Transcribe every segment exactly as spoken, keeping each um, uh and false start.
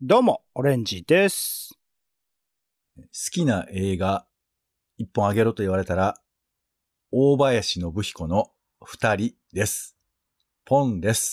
どうも、オレンジです。 好きな映画一本あげろと言われたら、大林信彦の二人です。ポンです。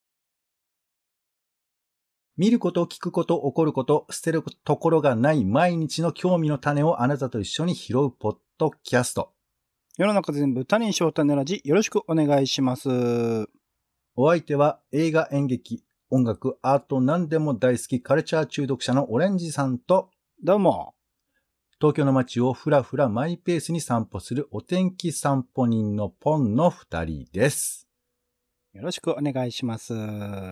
見ること、聞くこと、起こること、捨てるところがない毎日の興味の種をあなたと一緒に拾うポッドキャスト。 世の中全部種にしよう種ラジ、よろしくお願いします。 お相手は映画、演劇、音楽、アート何でも大好きカルチャー中毒者のオレンジさんと、 どうも。 東京の街をふらふらマイペースに散歩するお天気散歩人のポンの二人です。 よろしくお願いします。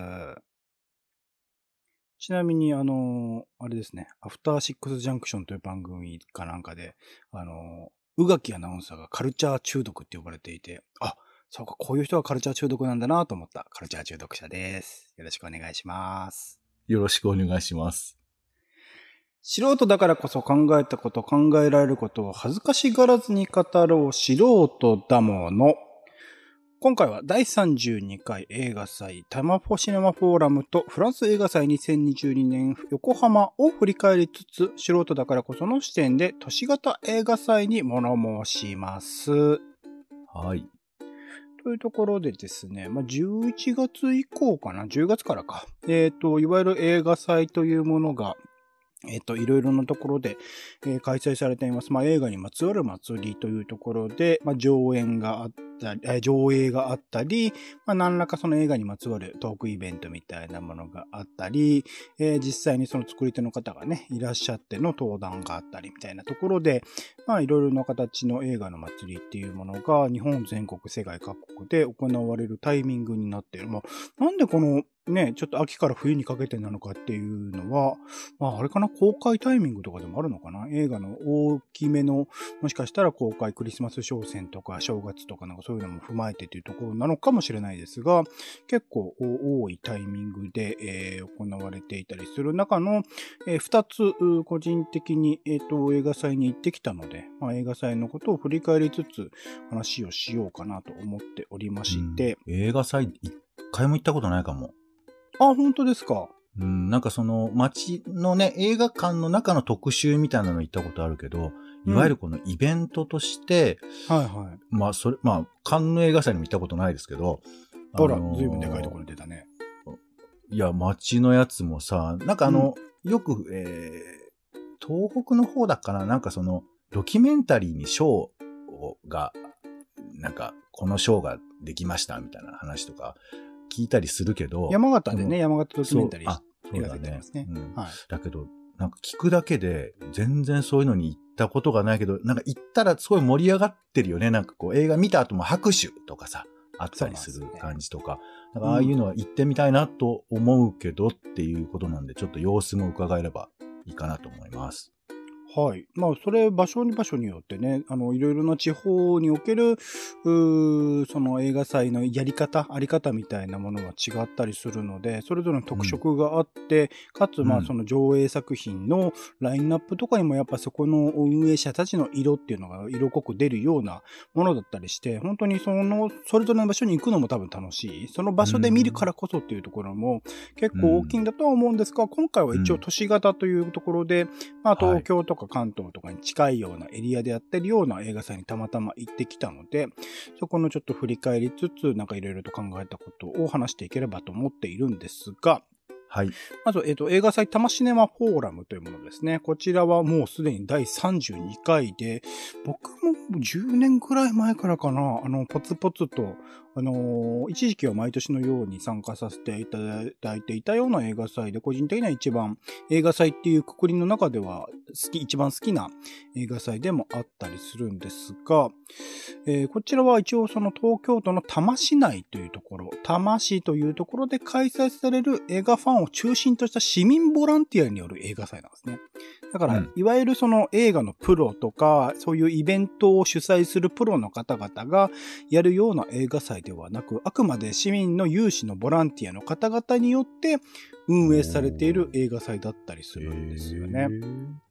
ちなみに、あの、あれですね、アフターシックスジャンクションという番組かなんかで、あの、宇垣アナウンサーがカルチャー中毒って呼ばれていて、あ、そうか、こういう人がカルチャー中毒なんだなと思ったカルチャー中毒者です。よろしくお願いします。 よろしくお願いします。 素人だからこそ考えたこと、考えられることを恥ずかしがらずに語ろう素人だもの。今回はだいさんじゅうにかい映画祭タマポシネマフォーラムとフランス映画祭にせんにじゅうにねん横浜を振り返りつつ、素人だからこその視点で都市型映画祭に物申します。 はい。 というところでですね、まあ、じゅういちがつ以降かな、じゅうがつからか。えっと、いわゆる映画祭というものが、えっと、いろいろなところで、えー、開催されています。まあ、映画にまつわる祭りというところで、まあ、上演があったり、えー、上映があったり、まあ、何らかその映画にまつわるトークイベントみたいなものがあったり、えー、実際にその作り手の方がね、いらっしゃっての登壇があったりみたいなところで、まあ、いろいろな形の映画の祭りっていうものが日本全国、世界各国で行われるタイミングになっている。まあ、なんでこのね、ちょっと秋から冬にかけてなのかっていうのは、まああれかな、公開タイミングとかでもあるのかな。映画の大きめの、もしかしたら公開クリスマス商戦とか正月とかなんかそういうのも踏まえてというところなのかもしれないですが、結構多いタイミングで、えー、行われていたりする中の、えー、ふたつ個人的に、えーと、映画祭に行ってきたので、まあ、映画祭のことを振り返りつつ話をしようかなと思っておりまして。 うん、映画祭一回も行ったことないかも。 あ、本当ですか。 うん、なんかその街のね、映画館の中の特集みたいなの行ったことあるけど、いわゆるこのイベントとして、 うん、はいはい。 まあそれ、まあ、カンヌ映画祭にも行ったことないですけど、 あら、ずいぶんでかいところに出たね。 いや、街のやつもさ、なんかあの、うん、よく、えー、東北の方だっかな、なんかその、ドキュメンタリーに賞が、なんか、この賞ができましたみたいな話とか、聞いたりするけど。 山形でね、山形ドキュメンタリー描けてますね。 うんはい、 だけど、なんか聞くだけで、全然そういうのに行ったことがないけど、なんか行ったらすごい盛り上がってるよね。なんかこう映画見た後も拍手とかさ、あったりする感じとか。だからああいうのは行ってみたいなと思うけどっていうことなんで、ちょっと様子も伺えればいいかなと思います。 はい。まあ、それ、場所に場所によってね、あの、いろいろな地方における、うその映画祭のやり方、あり方みたいなものは違ったりするので、それぞれの特色があって、うん、かつ、まあ、その上映作品のラインナップとかにもやっぱそこの運営者たちの色っていうのが色濃く出るようなものだったりして、本当にその、それぞれの場所に行くのも多分楽しい。その場所で見るからこそっていうところも結構大きいんだとは思うんですが、今回は一応都市型というところで、まあ、東京とか関東とかに近いようなエリアでやってるような映画祭にたまたま行ってきたので、そこのちょっと振り返りつつ、なんかいろいろと考えたことを話していければと思っているんですが、 はい。 まず、えっと、映画祭タマシネマフォーラムというものですね。こちらはもうすでにだいさんじゅうにかいで、僕もじゅうねんくらい前からかな、あの、ポツポツと、あのー、一時期は毎年のように参加させていただいていたような映画祭で、個人的には一番映画祭っていうくくりの中では好き、一番好きな映画祭でもあったりするんですが、えー、こちらは一応その東京都の多摩市内というところ、多摩市というところで開催される映画ファンを中心とした市民ボランティアによる映画祭なんですね。だから、うん、いわゆるその映画のプロとか、そういうイベントを主催するプロの方々がやるような映画祭ではなく、あくまで市民の有志のボランティアの方々によって運営されている映画祭だったりするんですよね。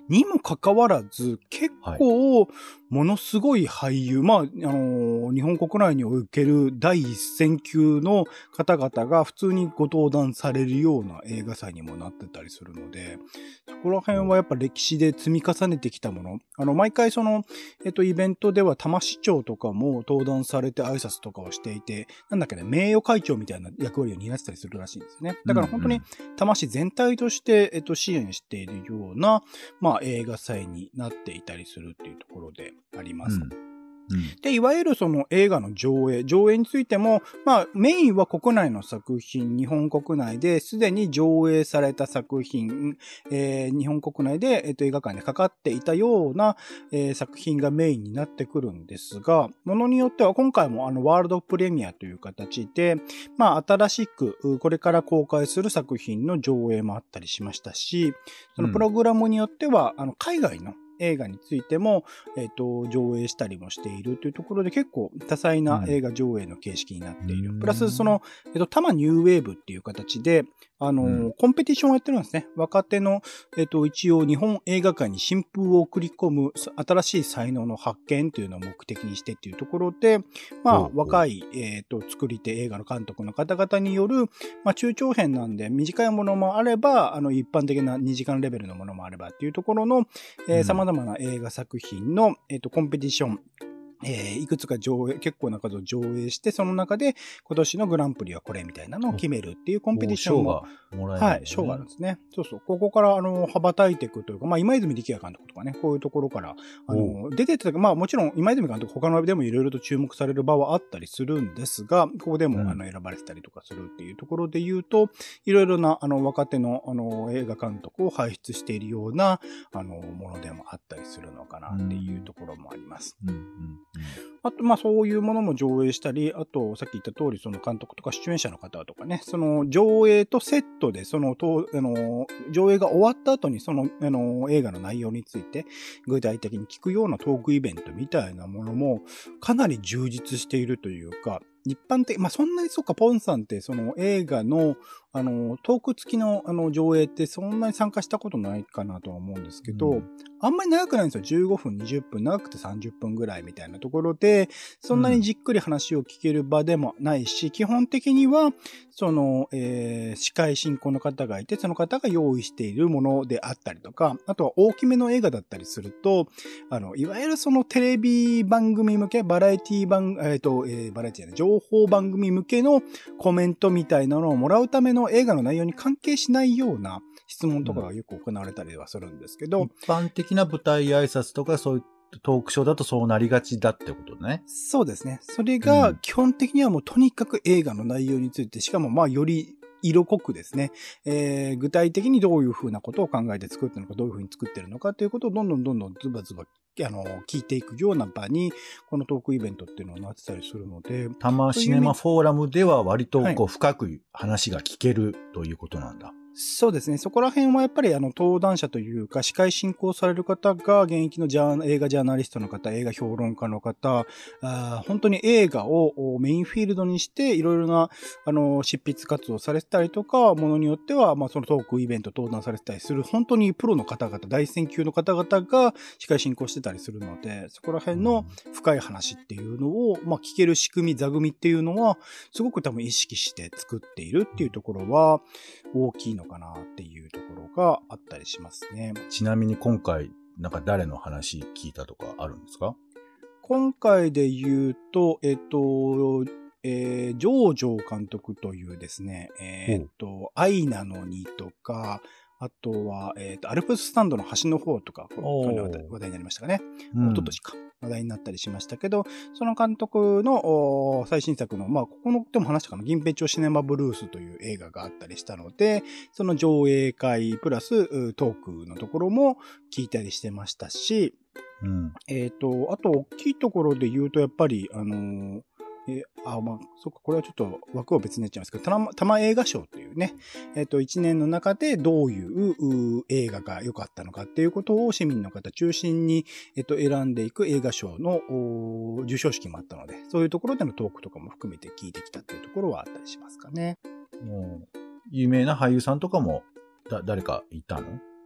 にもかかわらず、結構、ものすごい俳優、まあ、あのー、日本国内における第一線級の方々が普通にご登壇されるような映画祭にもなってたりするので、そこら辺はやっぱ歴史で積み重ねてきたもの。あの、毎回その、えっと、イベントでは多摩市長とかも登壇されて挨拶とかをしていて、なんだっけね、名誉会長みたいな役割を担ってたりするらしいんですよね。だから本当に多摩市全体として、えっと、支援しているような、まあ、映画祭になっていたりするっていうところであります。うんうん、で、いわゆるその映画の上映、上映についても、まあメインは国内の作品、日本国内ですでに上映された作品、えー、日本国内で、えっと、映画館でかかっていたような、えー、作品がメインになってくるんですが、ものによっては今回もあのワールドプレミアという形で、まあ新しくこれから公開する作品の上映もあったりしましたし、そのプログラムによっては、うん、あの海外の映画についても、えっと、上映したりもしているというところで結構多彩な映画上映の形式になっている。うん、プラスその、えっと、多摩ニューウェーブっていう形で、あの、うん、コンペティションをやってるんですね。若手の、えっと、一応日本映画界に新風を送り込む新しい才能の発見というのを目的にしてっていうところで、まあ、若い、えっと、作り手映画の監督の方々による、まあ、中長編なんで短いものもあれば、あの、一般的なにじかんレベルのものもあればっていうところの、えー、様々な映画作品の、えっと、コンペティション、えー、いくつか上映、結構な数を上映して、その中で今年のグランプリはこれみたいなのを決めるっていうコンペティションも、 もらえる、 ね、はい、賞があるんですね。そうそう。ここからあの羽ばたいていくというか、まあ今泉力也監督とかね、こういうところからあの出てった時、まあもちろん今泉監督他のでもいろいろと注目される場はあったりするんですが、ここでもあの選ばれてたりとかするっていうところで言うと、いろいろなあの若手のあの映画監督を輩出しているようなあのものでもあったりするのかなっていうところもあります。うんうんうん、あとまあそういうものも上映したり、あとさっき言った通りその監督とか出演者の方とかね、その上映とセットでそのとあの上映が終わった後にそのあの映画の内容について具体的に聞くようなトークイベントみたいなものもかなり充実しているというか、一般的、まあ、そんなにそっか、ポンさんってその映画のあのトーク付きのあの上映ってそんなに参加したことないかなとは思うんですけど、うん、あんまり長くないんですよ。じゅうごふん、にじゅっぷん、長くてさんじゅっぷんぐらいみたいなところで、そんなにじっくり話を聞ける場でもないし、うん、基本的には、その、えー、司会進行の方がいて、その方が用意しているものであったりとか、あとは大きめの映画だったりすると、あの、いわゆるそのテレビ番組向け、バラエティ番、えっと、えー、バラエティじゃない、情報番組向けのコメントみたいなのをもらうための映画の内容に関係しないような質問とかがよく行われたりはするんですけど、 うん、一般的な舞台挨拶とかそういうトークショーだとそうなりがちだってことね。 そうですね。それが基本的にはもうとにかく映画の内容について、しかもまあより色濃くですね、えー、具体的にどういうふうなことを考えて作ってるのか、どういうふうに作ってるのかということをどんどんどんどんズバズバあの聞いていくような場にこのトークイベントっていうのはなってたりするので、 多摩シネマフォーラムでは割とこう深く話が聞けるということなんだ。はい、 そうですね。そこら辺はやっぱりあの登壇者というか司会進行される方が現役のジャー映画ジャーナリストの方、映画評論家の方、あ本当に映画をメインフィールドにしていろいろなあの執筆活動されてたりとか、ものによってはまあそのトークイベント登壇されてたりする本当にプロの方々、大戦級の方々が司会進行してたりするので、そこら辺の深い話っていうのをまあ聞ける仕組み、座組っていうのはすごく多分意識して作っているっていうところは大きいのかなっていうところがあったりしますね。 ちなみに今回なんか誰の話聞いたとかあるんですか？ 今回で言うと、えっと、えー、ジョージョー監督というですね、えー、っと、愛なのにとか、あとは、えっと、アルプススタンドの端の方とか、話題になりましたかね。うん、一昨年か。話題になったりしましたけど、その監督の最新作の、まあ、ここのでも話したかな、銀平町シネマブルースという映画があったりしたので、その上映会プラストークのところも聞いたりしてましたし、うん、えっと、あと大きいところで言うと、やっぱり、あのー、えあ、まあ、そっか、これはちょっと枠を別になっちゃいますけど、たま、たま映画賞っていうね、えっと、一年の中でどういう映画が良かったのかっていうことを市民の方中心に、えっと、選んでいく映画賞の授賞式もあったので、そういうところでのトークとかも含めて聞いてきたっていうところはあったりしますかね。 もう有名な俳優さんとかも、だ、誰かいたの？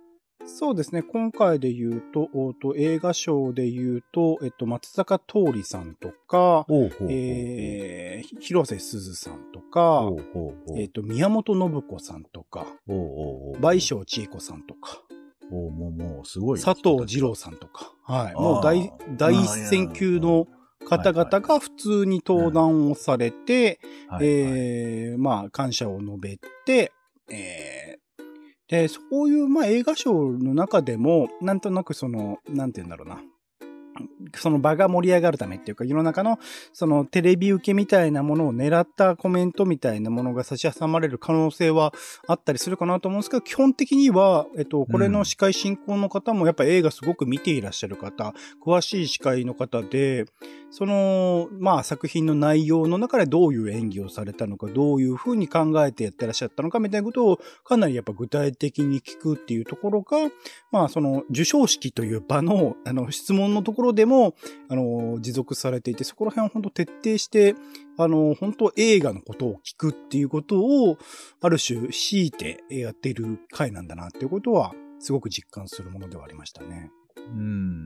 そうですね。今回で言うと、おと映画賞で言うと、えっと、松坂桃李さんとか、 ほうほうほうえー、広瀬すずさんとか、 ほうほうほうえっと、宮本信子さんとか、 ほうほうほう倍賞千恵子さんとか、 おもう、もう、すごい。 佐藤二郎さんとか、はい。 あーもう大、第一線級の方々が普通に登壇をされて、 はいはいえー、まあ、感謝を述べて、えー、で、そういう、まあ、映画賞の中でも、なんとなくその、なんて言うんだろうな。その場が盛り上がるためっていうか、世の中のそのテレビ受けみたいなものを狙ったコメントみたいなものが差し挟まれる可能性はあったりするかなと思うんですけど、基本的には、えっと、これの司会進行の方もやっぱ映画すごく見ていらっしゃる方、詳しい司会の方で、その、まあ作品の内容の中でどういう演技をされたのか、どういうふうに考えてやってらっしゃったのかみたいなことをかなりやっぱ具体的に聞くっていうところが、まあその授賞式という場の、あの質問のところでも、あの、持続されていて、そこら辺を本当徹底して、あの、本当映画のことを聞くっていうことを、ある種強いてやっている回なんだなっていうことは、すごく実感するものではありましたね。 うん。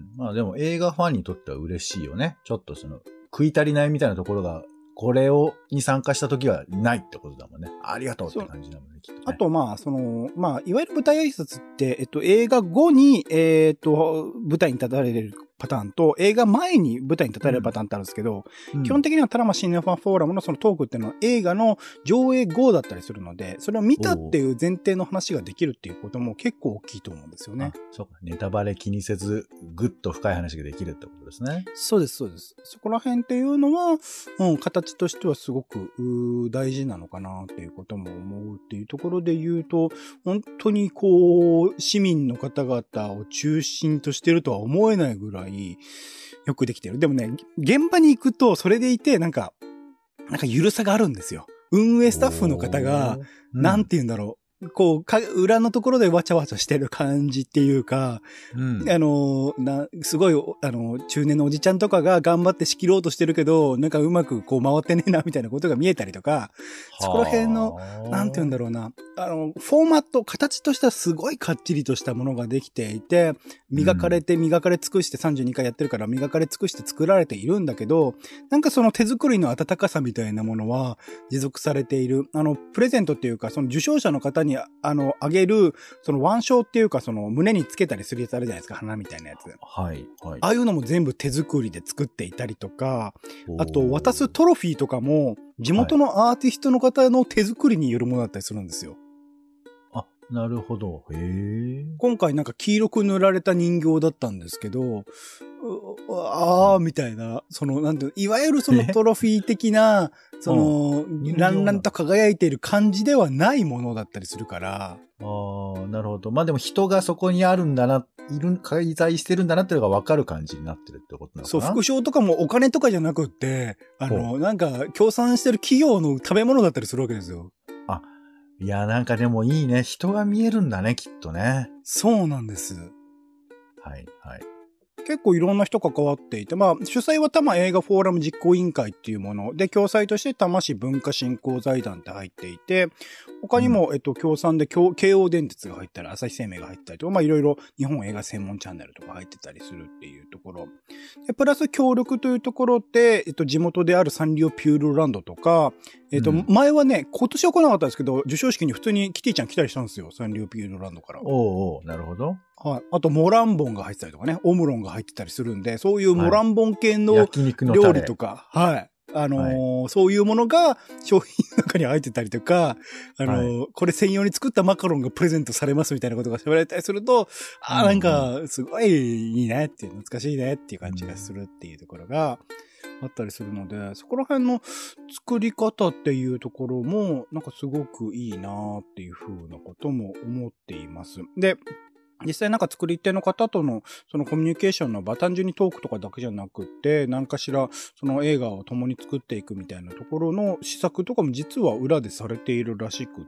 まあでも映画ファンにとっては嬉しいよね。ちょっとその、食い足りないみたいなところが、これを、に参加した時はないってことだもんね。ありがとうって感じだもんね、きっとね。 あと、まあ、その、まあ、いわゆる舞台挨拶って、えっと、映画後に、えっと、舞台に立たれるパターンと、映画前に舞台に立たれるパターンってあるんですけど、うん、基本的にはタラマシネファフォーラムのそのトークっていうのは映画の上映後だったりするので、それを見たっていう前提の話ができるっていうことも結構大きいと思うんですよね。 そうか。ネタバレ気にせず、ぐっと深い話ができるってことですね。 そうです、そうです。そこら辺っていうのは、うん、形としてはすごく大事なのかなっていうことも思うっていうところで言うと、本当にこう、市民の方々を中心としてるとは思えないぐらい、よくできてる。でもね、現場に行くと、それでいて、なんか、なんか緩さがあるんですよ。運営スタッフの方が、うん、なんて言うんだろう。こう、か、裏のところでわちゃわちゃしてる感じっていうか、うん、あの、な、すごい、あの、中年のおじちゃんとかが頑張って仕切ろうとしてるけど、なんかうまくこう回ってねえな、みたいなことが見えたりとか、そこら辺の、なんて言うんだろうな、あの、フォーマット、形としてはすごいかっちりとしたものができていて、磨かれて磨かれ尽くしてさんじゅうにかいやってるから磨かれ尽くして作られているんだけど、なんかその手作りの温かさみたいなものは持続されている。あの、プレゼントっていうか、その受賞者の方にあの、あげる、その腕章っていうか、その胸につけたりするやつあるじゃないですか、花みたいなやつ。 はい、はい。 ああいうのも全部手作りで作っていたりとか、あと渡すトロフィーとかも、地元のアーティストの方の手作りによるものだったりするんですよ。 あ、なるほど。へえ。 今回なんか黄色く塗られた人形だったんですけど、ああ、みたいな、その、なんていう、いわゆるそのトロフィー的な、その、ランランと輝いている感じではないものだったりするから。ああ、なるほど。まあでも人がそこにあるんだな、いる、介在してるんだなっていうのが分かる感じになってるってことなのかな。 そう、副賞とかもお金とかじゃなくって、あの、なんか、協賛してる企業の食べ物だったりするわけですよ。 あ、いや、なんかでもいいね。人が見えるんだね、きっとね。 そうなんです。 はい、はい。 結構いろんな人関わっていて、まあ、主催は多摩映画フォーラム実行委員会っていうもので、共催として多摩市文化振興財団って入っていて、他にも、うん、えっと、協賛で京王電鉄が入ったり、朝日生命が入ったりとか、まあ、いろいろ日本映画専門チャンネルとか入ってたりするっていうところ。で、プラス協力というところで、えっと、地元であるサンリオピューロランドとか、えっと、うん、前はね、今年は来なかったんですけど、授賞式に普通にキティちゃん来たりしたんですよ。サンリオピューロランドから。 おうおう、なるほど。 はい。あと、モランボンが入ってたりとかね、オムロンが入ってたりするんで、そういうモランボン系の料理とか、はい。あのーはい、そういうものが商品の中に入ってたりとか、あのーはい、これ専用に作ったマカロンがプレゼントされますみたいなことが喋られたりすると、ああ、なんか、すごいいいねっていう、懐かしいねっていう感じがするっていうところがあったりするので、そこら辺の作り方っていうところも、なんかすごくいいなっていうふうなことも思っています。で、実際なんか作り手の方とのそのコミュニケーションの場、単純にトークとかだけじゃなくって、何かしらその映画を共に作っていくみたいなところの施策とかも実は裏でされているらしくって、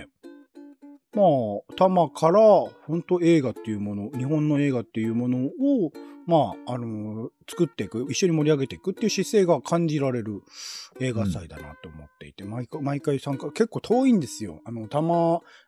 まあ、多摩から本当映画っていうもの、日本の映画っていうものを、まあ、あのー、作っていく、一緒に盛り上げていくっていう姿勢が感じられる映画祭だなと思っていて、うん、毎回、毎回参加、結構遠いんですよ。あの、多摩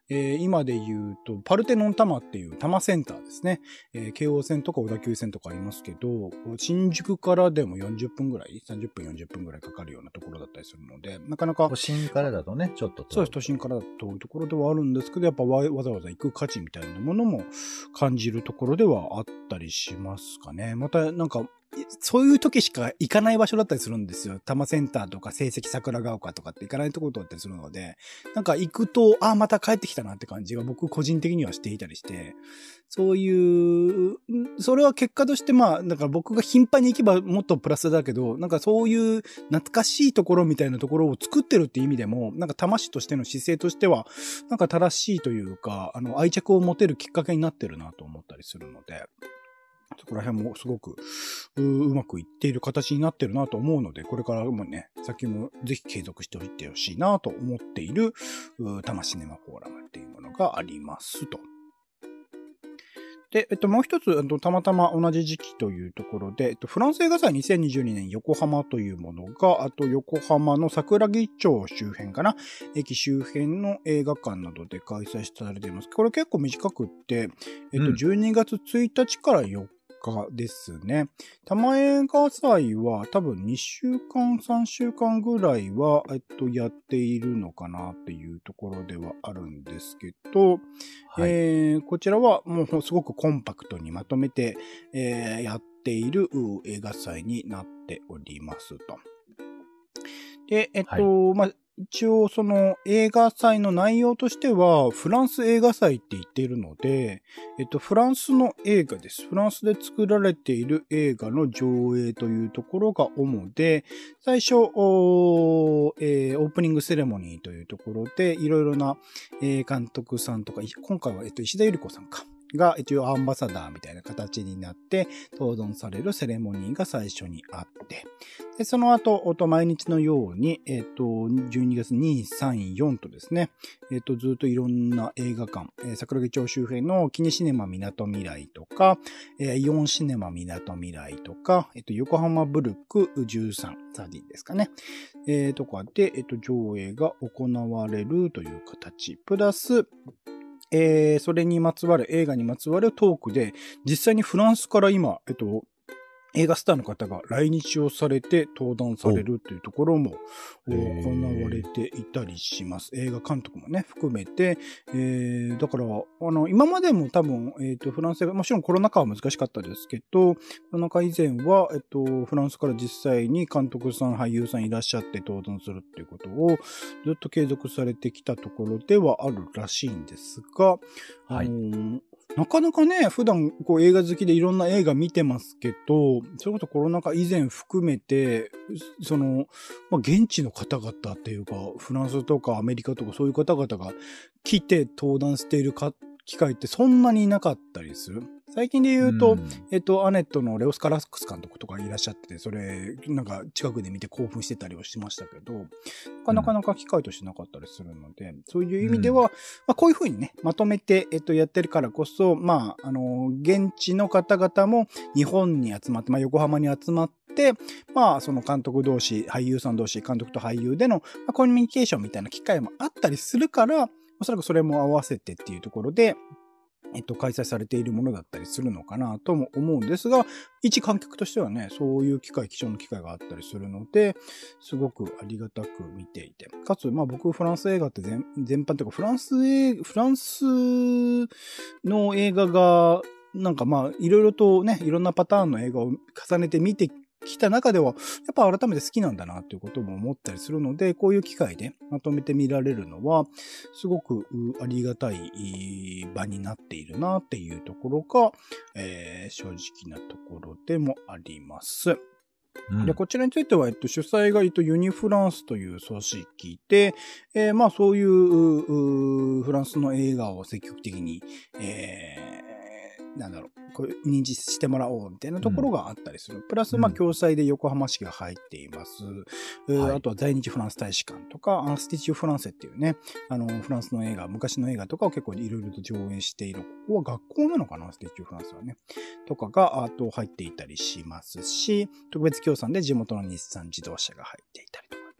えー、今で言うと、パルテノン多摩っていう多摩センターですね。えー、京王線とか小田急線とかありますけど、新宿からでもよんじゅっぷんぐらい、さんじゅっぷんよんじゅっぷんぐらいかかるようなところだったりするので、なかなか。 都心からだとね、ちょっと遠い。 そうです、都心からだと遠いところではあるんですけど、やっぱわ、わざわざ行く価値みたいなものも感じるところではあったりしますかね。また、なんか、そういう時しか行かない場所だったりするんですよ。多摩センターとか成績桜ヶ丘とかって行かないところだったりするので、なんか行くと、あ、また帰ってきたなって感じが僕個人的にはしていたりして、そういう、それは結果としてまあ、だから僕が頻繁に行けばもっとプラスだけど、なんかそういう懐かしいところみたいなところを作ってるって意味でも、なんか魂としての姿勢としては、なんか正しいというか、あの、愛着を持てるきっかけになってるなと思ったりするので、そこら辺もすごく う, うまくいっている形になってるなと思うので、これからもね、先もぜひ継続しておいてほしいなと思っている、多摩シネマフォーラムっていうものがありますと。で、えっと、もう一つ、たまたま同じ時期というところで、えっと、フランス映画祭にせんにじゅうにねん横浜というものが、あと横浜の桜木町周辺かな、駅周辺の映画館などで開催されています。これ結構短くって、えっと、じゅうにがつついたちからよっかですね。多摩映画祭は多分にしゅうかん、さんしゅうかんぐらいは、えっと、やっているのかなっていうところではあるんですけど、はい、えー、こちらはもうすごくコンパクトにまとめて、えー、やっている映画祭になっておりますと。で、えっと、はい、まあ、一応その映画祭の内容としてはフランス映画祭って言っているので、えっとフランスの映画です。フランスで作られている映画の上映というところが主で、最初、おー、えー、オープニングセレモニーというところでいろいろな、えー、監督さんとか、今回は、えっと、石田ゆり子さんか。が一応アンバサダーみたいな形になって登壇されるセレモニーが最初にあって、でその後、毎日のように、えっと、じゅうにがつに、さん、よんとですね、えっと、ずっといろんな映画館、えー、桜木町周辺のキネシネマみなとみらいとか、えー、イオンシネマみなとみらいとか、えっと、横浜ブルクじゅうさん、サーティーですかね、えー、とかで、えっと、上映が行われるという形、プラス、えー、それにまつわる、映画にまつわるトークで、実際にフランスから今、えっと、映画スターの方が来日をされて登壇されるというところも行われていたりします。映画監督もね、含めて、えー、だから、あの、今までも多分、えっと、フランス映画、もちろんコロナ禍は難しかったですけど、コロナ禍以前は、えっと、フランスから実際に監督さん、俳優さんいらっしゃって登壇するっていうことをずっと継続されてきたところではあるらしいんですが、はい。あのなかなかね、普段こう映画好きでいろんな映画見てますけど、それこそコロナ禍以前含めて、その、まあ、現地の方々っていうか、フランスとかアメリカとかそういう方々が来て登壇しているか機会ってそんなになかったりする。最近で言うと、うん、えっと、アネットのレオス・カラスクス監督とかいらっしゃってて、それ、なんか近くで見て興奮してたりはしましたけど、なかなか機会としてなかったりするので、うん、そういう意味では、まあ、こういうふうにね、まとめて、えっと、やってるからこそ、まあ、あの、現地の方々も日本に集まって、まあ、横浜に集まって、まあ、その監督同士、俳優さん同士、監督と俳優での、まあ、コミュニケーションみたいな機会もあったりするから、おそらくそれも合わせてっていうところで、えっと、開催されているものだったりするのかなとも思うんですが、一観客としてはね、そういう機会、貴重な機会があったりするので、すごくありがたく見ていて。かつ、まあ僕、フランス映画って全、全般というか、フランス映画、フランスの映画が、なんかまあ、いろいろとね、いろんなパターンの映画を重ねて見て来た中では、やっぱ改めて好きなんだなということも思ったりするので、こういう機会でまとめて見られるのは、すごくありがたい場になっているなっていうところが、えー、正直なところでもあります。うん、でこちらについては、えっと、主催が、えっと、ユニフランスという組織で、えー、まあそういうフランスの映画を積極的に、えーなんだろう、こう認知してもらおうみたいなところがあったりする。うん、プラス、まあ、共催で横浜市が入っています。うん、あとは在日フランス大使館とか、アンスティチュフランセっていうね、あの、フランスの映画、昔の映画とかを結構いろいろと上映している。ここは学校なのかな、アンスティチュフランスはね。とかが、あと入っていたりしますし、特別協賛で地元の日産自動車が入っていたりとかっ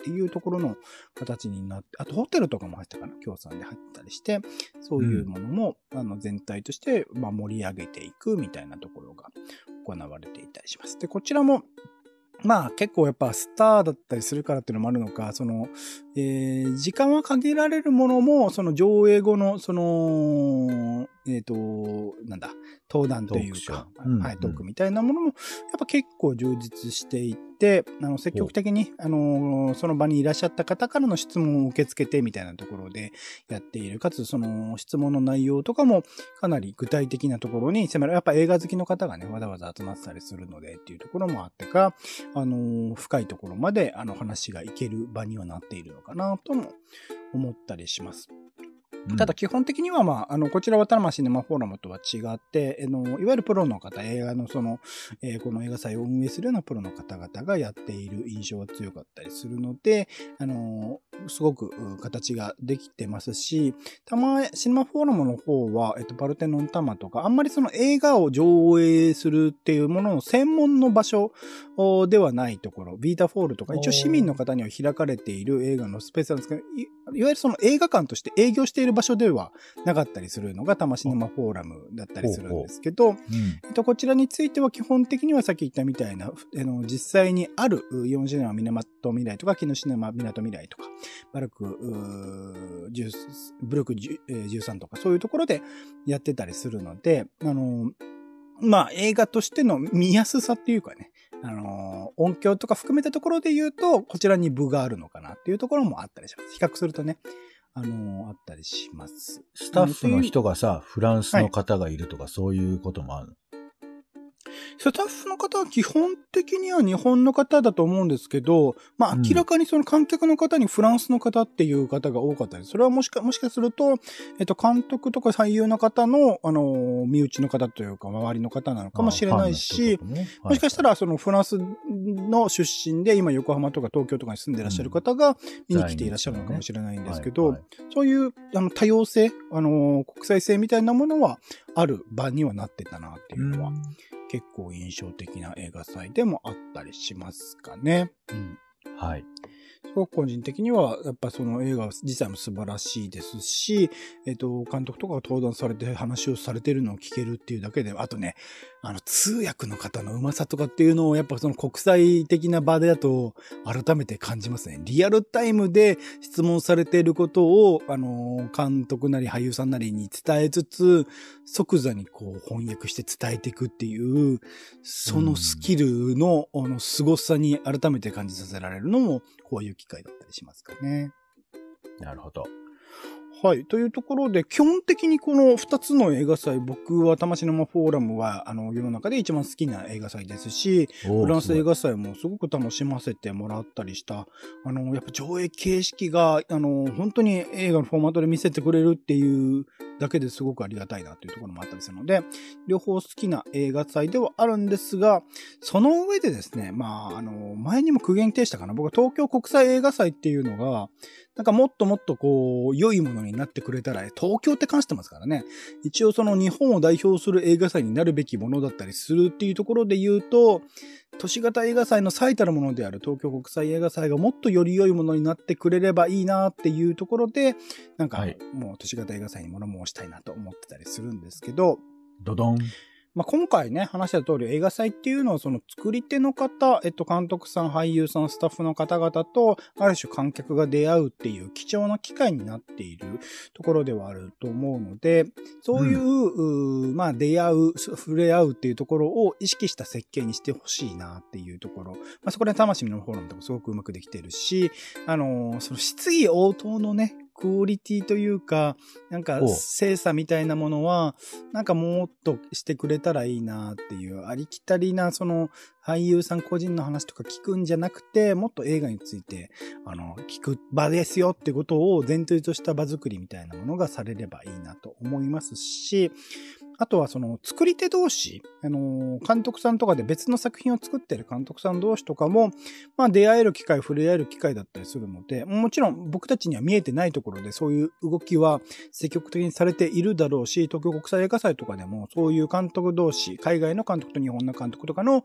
っていうところの形になって、あとホテルとかも入ったかな、協賛で入ったりして、そういうものも、うん、あの全体として、まあ、盛り上げていくみたいなところが行われていたりします。で、こちらも、まあ結構やっぱスターだったりするからっていうのもあるのか、その、えー、時間は限られるものも、その上映後の、その、えっと、なんだ、登壇というか、 うん、 はい、トークみたいなものも、やっぱ結構充実していて、あの、積極的に、あの、その場にいらっしゃった方からの質問を受け付けてみたいなところでやっている。かつ、その質問の内容とかもかなり具体的なところに迫る。やっぱ映画好きの方がね、わざわざ集まってたりするのでっていうところもあってか、あの、深いところまで、あの、話がいける場にはなっているのかなとも思ったりします。ただ基本的には、まあ、あの、こちらはタナマシネマフォーラムとは違って、あの、いわゆるプロの方、映画のその、えー、この映画祭を運営するようなプロの方々がやっている印象が強かったりするので、あの、すごく形ができてますし、たま、シネマフォーラムの方は、えっと、パルテノンタマとか、あんまりその映画を上映するっていうものの専門の場所ではないところ、ビータフォールとか、一応市民の方には開かれている映画のスペースなんですけど、い、いわゆるその映画館として営業している場所ではなかったりするのがタマシネマフォーラムだったりするんですけど、うんえっと、こちらについては基本的にはさっき言ったみたいな、あの実際にあるイオンシネマ港未来とか、キノシネマ港未来とか、バルクブルクじゅうさんとかそういうところでやってたりするので、あの、まあ映画としての見やすさっていうかね、あの、音響とか含めたところで言うと、こちらに分があるのかなっていうところもあったりします。比較するとね。あの、あったりします。 スタッフの人がさ、フランスの方がいるとか、はい、そういうこともあるの？ スタッフの方は基本的には日本の方だと思うんですけど、まあ明らかにその観客の方にフランスの方っていう方が多かったり、それはもしか、もしかすると、えっと、監督とか俳優の方の、あの、身内の方というか、周りの方なのかもしれないし、ねはい、もしかしたらそのフランスの出身で今横浜とか東京とかに住んでいらっしゃる方が見に来ていらっしゃるのかもしれないんですけど、うんはいはい、そういうあの多様性、あの、国際性みたいなものはある場にはなってたなっていうのは、うん結構印象的な映画祭でもあったりしますかね。うん。 はい。 すごく個人的には、やっぱその映画自体も素晴らしいですし、えっと、監督とかが登壇されて話をされてるのを聞けるっていうだけで、あとね、あの、通訳の方のうまさとかっていうのを、やっぱその国際的な場でだと、改めて感じますね。リアルタイムで質問されていることを、あの、監督なり俳優さんなりに伝えつつ、即座にこう翻訳して伝えていくっていう、そのスキルの、あの、凄さに改めて感じさせられるのも、こういう機会だったりしますかね。 なるほど。 はい。というところで、基本的にこのふたつの映画祭、僕はタマシネマフォーラムは、あの、世の中で一番好きな映画祭ですし、フランス映画祭もすごく楽しませてもらったりした、あの、やっぱ上映形式が、あの、本当に映画のフォーマットで見せてくれるっていうだけですごくありがたいなっていうところもあったりするので、両方好きな映画祭ではあるんですが、その上でですね、まあ、あの、前にも苦言呈したかな。僕は東京国際映画祭っていうのが、なんかもっともっとこう、良いものになってくれたら、東京って関してますからね。一応その日本を代表する映画祭になるべきものだったりするっていうところで言うと、都市型映画祭の最たるものである東京国際映画祭がもっとより良いものになってくれればいいなっていうところで、なんかもう都市型映画祭に物申したいなと思ってたりするんですけど、 ドドン。 まあ、今回ね、話した通り映画祭っていうのはその作り手の方、えっと、監督さん、俳優さん、スタッフの方々と、ある種観客が出会うっていう貴重な機会になっているところではあると思うので、そういう、うん、うまあ、出会う、触れ合うっていうところを意識した設計にしてほしいなっていうところ。まあ、そこで魂のフォーラムとかすごくうまくできてるし、あのー、その質疑応答のね、クオリティというか、なんか精査みたいなものは、なんかもっとしてくれたらいいなっていう、ありきたりなその俳優さん個人の話とか聞くんじゃなくて、もっと映画について、あの、聞く場ですよってことを前提とした場作りみたいなものがされればいいなと思いますし、あとはその作り手同士、あのー、監督さんとかで別の作品を作ってる監督さん同士とかも、まあ出会える機会、触れ合える機会だったりするので、もちろん僕たちには見えてないところでそういう動きは積極的にされているだろうし、東京国際映画祭とかでもそういう監督同士、海外の監督と日本の監督とかの、え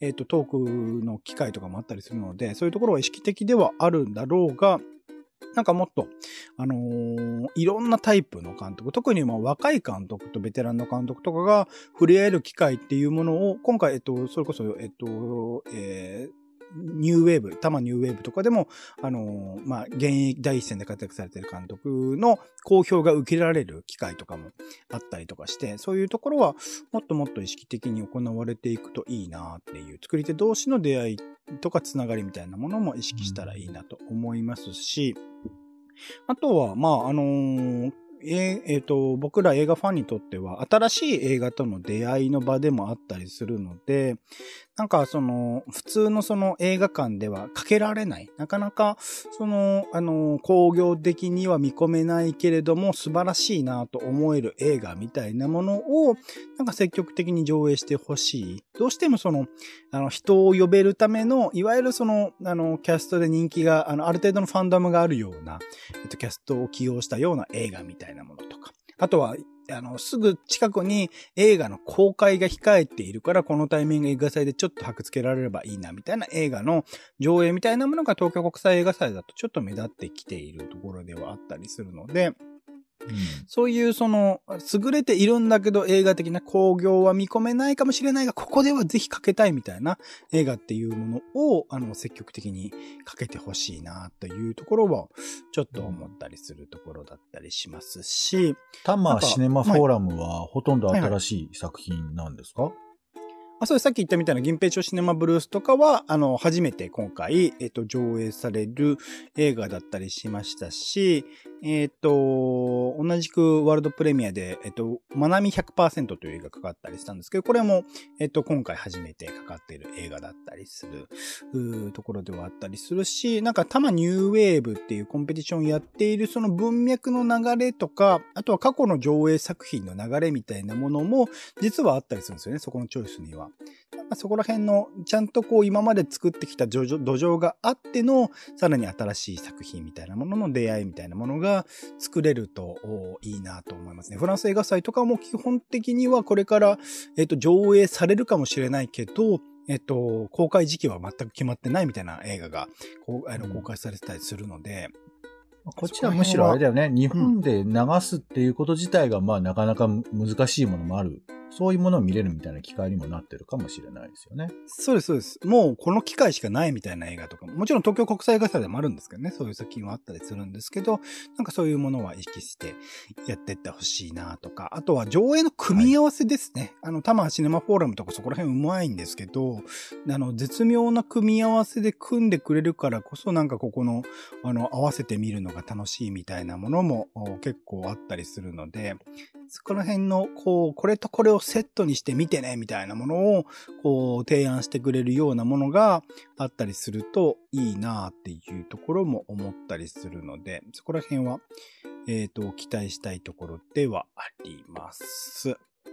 えっと、トークの機会とかもあったりするので、そういうところは意識的ではあるんだろうが、なんかもっと、あのー、いろんなタイプの監督、特にまあ若い監督とベテランの監督とかが触れ合える機会っていうものを、今回、えっと、それこそ、えっと、えーニューウェーブ、多摩ニューウェーブとかでも、あのー、まあ、現役第一線で活躍されている監督の好評が受けられる機会とかもあったりとかして、そういうところはもっともっと意識的に行われていくといいなっていう、作り手同士の出会いとかつながりみたいなものも意識したらいいなと思いますし、あとは、まあ、あのーええーと、僕ら映画ファンにとっては新しい映画との出会いの場でもあったりするので、なんかその普通のその映画館ではかけられない、なかなかそのあの興行的には見込めないけれども素晴らしいなと思える映画みたいなものをなんか積極的に上映してほしい。どうしてもそのあの人を呼べるためのいわゆるそのあのキャストで人気があのある程度のファンダムがあるような、えっと、キャストを起用したような映画みたいなものとか、あとはあの、すぐ近くに映画の公開が控えているから、このタイミング映画祭でちょっと箔付けられればいいな、みたいな映画の上映みたいなものが東京国際映画祭だとちょっと目立ってきているところではあったりするので、うん、そういうその、優れているんだけど映画的な興行は見込めないかもしれないが、ここではぜひかけたいみたいな映画っていうものを、あの、積極的にかけてほしいなというところは、ちょっと思ったりするところだったりしますし。 多摩シネマフォーラムはほとんど新しい作品なんですか？ はいはいあそうです。さっき言ったみたいな銀平町シネマブルースとかは、あの、初めて今回、えっと、上映される映画だったりしましたし、えっと、同じくワールドプレミアで、えっと、まなみ ひゃくパーセント という映画かかったりしたんですけど、これも、えっと、今回初めてかかっている映画だったりする、ところではあったりするし、なんか、多摩ニューウェーブっていうコンペティションをやっているその文脈の流れとか、あとは過去の上映作品の流れみたいなものも、実はあったりするんですよね、そこのチョイスには。そこら辺のちゃんとこう今まで作ってきた土壌があってのさらに新しい作品みたいなものの出会いみたいなものが作れるといいなと思いますね。フランス映画祭とかも基本的にはこれから、えっと、上映されるかもしれないけど、えっと、公開時期は全く決まってないみたいな映画がこうあの公開されてたりするので、 こっちはむしろあれだよね。日本で流すっていうこと自体が、まあなかなか難しいものもある。そういうものを見れるみたいな機会にもなってるかもしれないですよね。 そうです、そうです。もうこの機会しかないみたいな映画とかも、もちろん東京国際映画祭でもあるんですけどね、そういう作品はあったりするんですけど、なんかそういうものは意識してやっていってほしいなとか、あとは上映の組み合わせですね。はい、あの、多摩シネマフォーラムとかそこら辺うまいんですけど、あの、絶妙な組み合わせで組んでくれるからこそ、なんかここの、あの、合わせてみるのが楽しいみたいなものも結構あったりするので、そこら辺の、こう、これとこれをセットにして見てね、みたいなものを、こう、提案してくれるようなものがあったりするといいなっていうところも思ったりするので、そこら辺は、えっと、期待したいところではあります。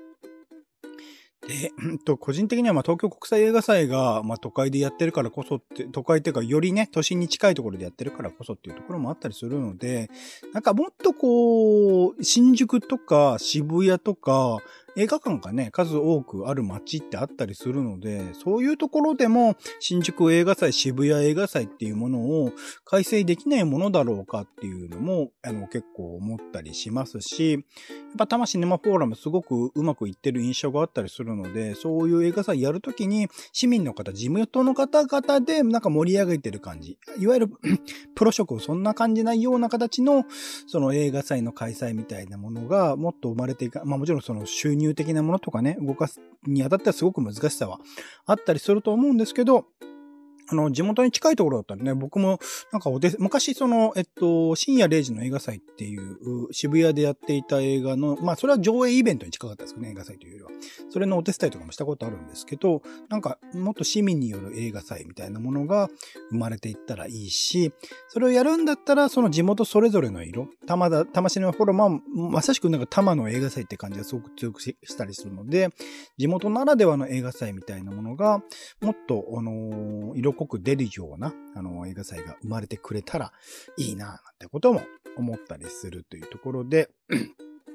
で、うんと、個人的にはまあ東京国際映画祭がまあ都会でやってるからこそって、都会っていうかよりね、都心に近いところでやってるからこそっていうところもあったりするので、なんかもっとこう、新宿とか渋谷とか、映画館がね、数多くある街ってあったりするので、そういうところでも新宿映画祭、渋谷映画祭っていうものを開催できないものだろうかっていうのも、あの、結構思ったりしますし、やっぱ多摩シネマフォーラムすごくうまくいってる印象があったりするので、そういう映画祭やるときに市民の方、地元の方々でなんか盛り上げてる感じ、いわゆるプロ色をそんな感じないような形のその映画祭の開催みたいなものがもっと生まれていか、まあもちろんその収入的なものとかね、動かすにあたってはすごく難しさはあったりすると思うんですけど、あの、地元に近いところだったらね、僕も、なんかお手、昔その、えっと、深夜れいじの映画祭っていう、渋谷でやっていた映画の、まあ、それは上映イベントに近かったですけどね、映画祭というよりは。それのお手伝いとかもしたことあるんですけど、なんか、もっと市民による映画祭みたいなものが生まれていったらいいし、それをやるんだったら、その地元それぞれの色、多摩だ、多摩シネマフォーラムは、まさしくなんか多摩の映画祭って感じがすごく強くしたりするので、地元ならではの映画祭みたいなものが、もっと、あのー、色濃く出るような、あの、映画祭が生まれてくれたらいいな、なんてことも思ったりするというところで、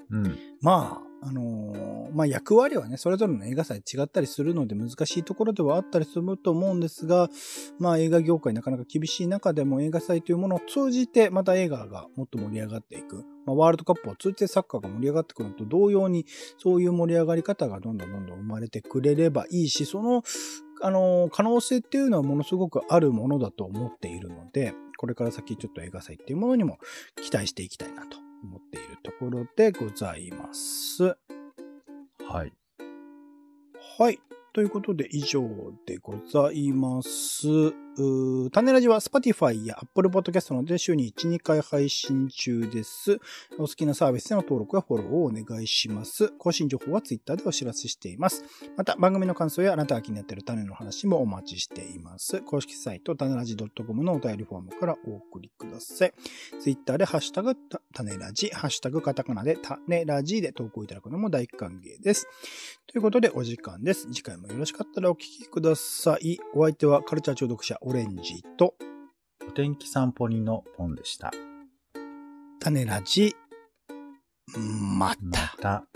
うん。 まあ、あのーまあ役割はね、それぞれの映画祭違ったりするので難しいところではあったりすると思うんですが、まあ映画業界なかなか厳しい中でも映画祭というものを通じてまた映画がもっと盛り上がっていく。まあワールドカップを通じてサッカーが盛り上がってくるのと同様に、そういう盛り上がり方がどんどんどんどん生まれてくれればいいし、その、あのー可能性っていうのはものすごくあるものだと思っているので、これから先ちょっと映画祭っていうものにも期待していきたいなと思っているところでございます。 はい。 はい。ということで以上でございます。うー種ラジは Spotify や Apple Podcast などで週にいち、にかい配信中です。お好きなサービスでの登録やフォローをお願いします。更新情報は Twitter でお知らせしています。また番組の感想やあなたが気になっている種の話もお待ちしています。公式サイト種ラジ .com のお便りフォームからお送りください。Twitter でハッシュタグ種ラジ、ハッシュタグカタカナで種ラジで投稿いただくのも大歓迎です。ということでお時間です。次回もよろしかったらお聞きください。お相手はカルチャー中毒者オレンジとお天気散歩人のポンでした。 種ラジ、また。 また。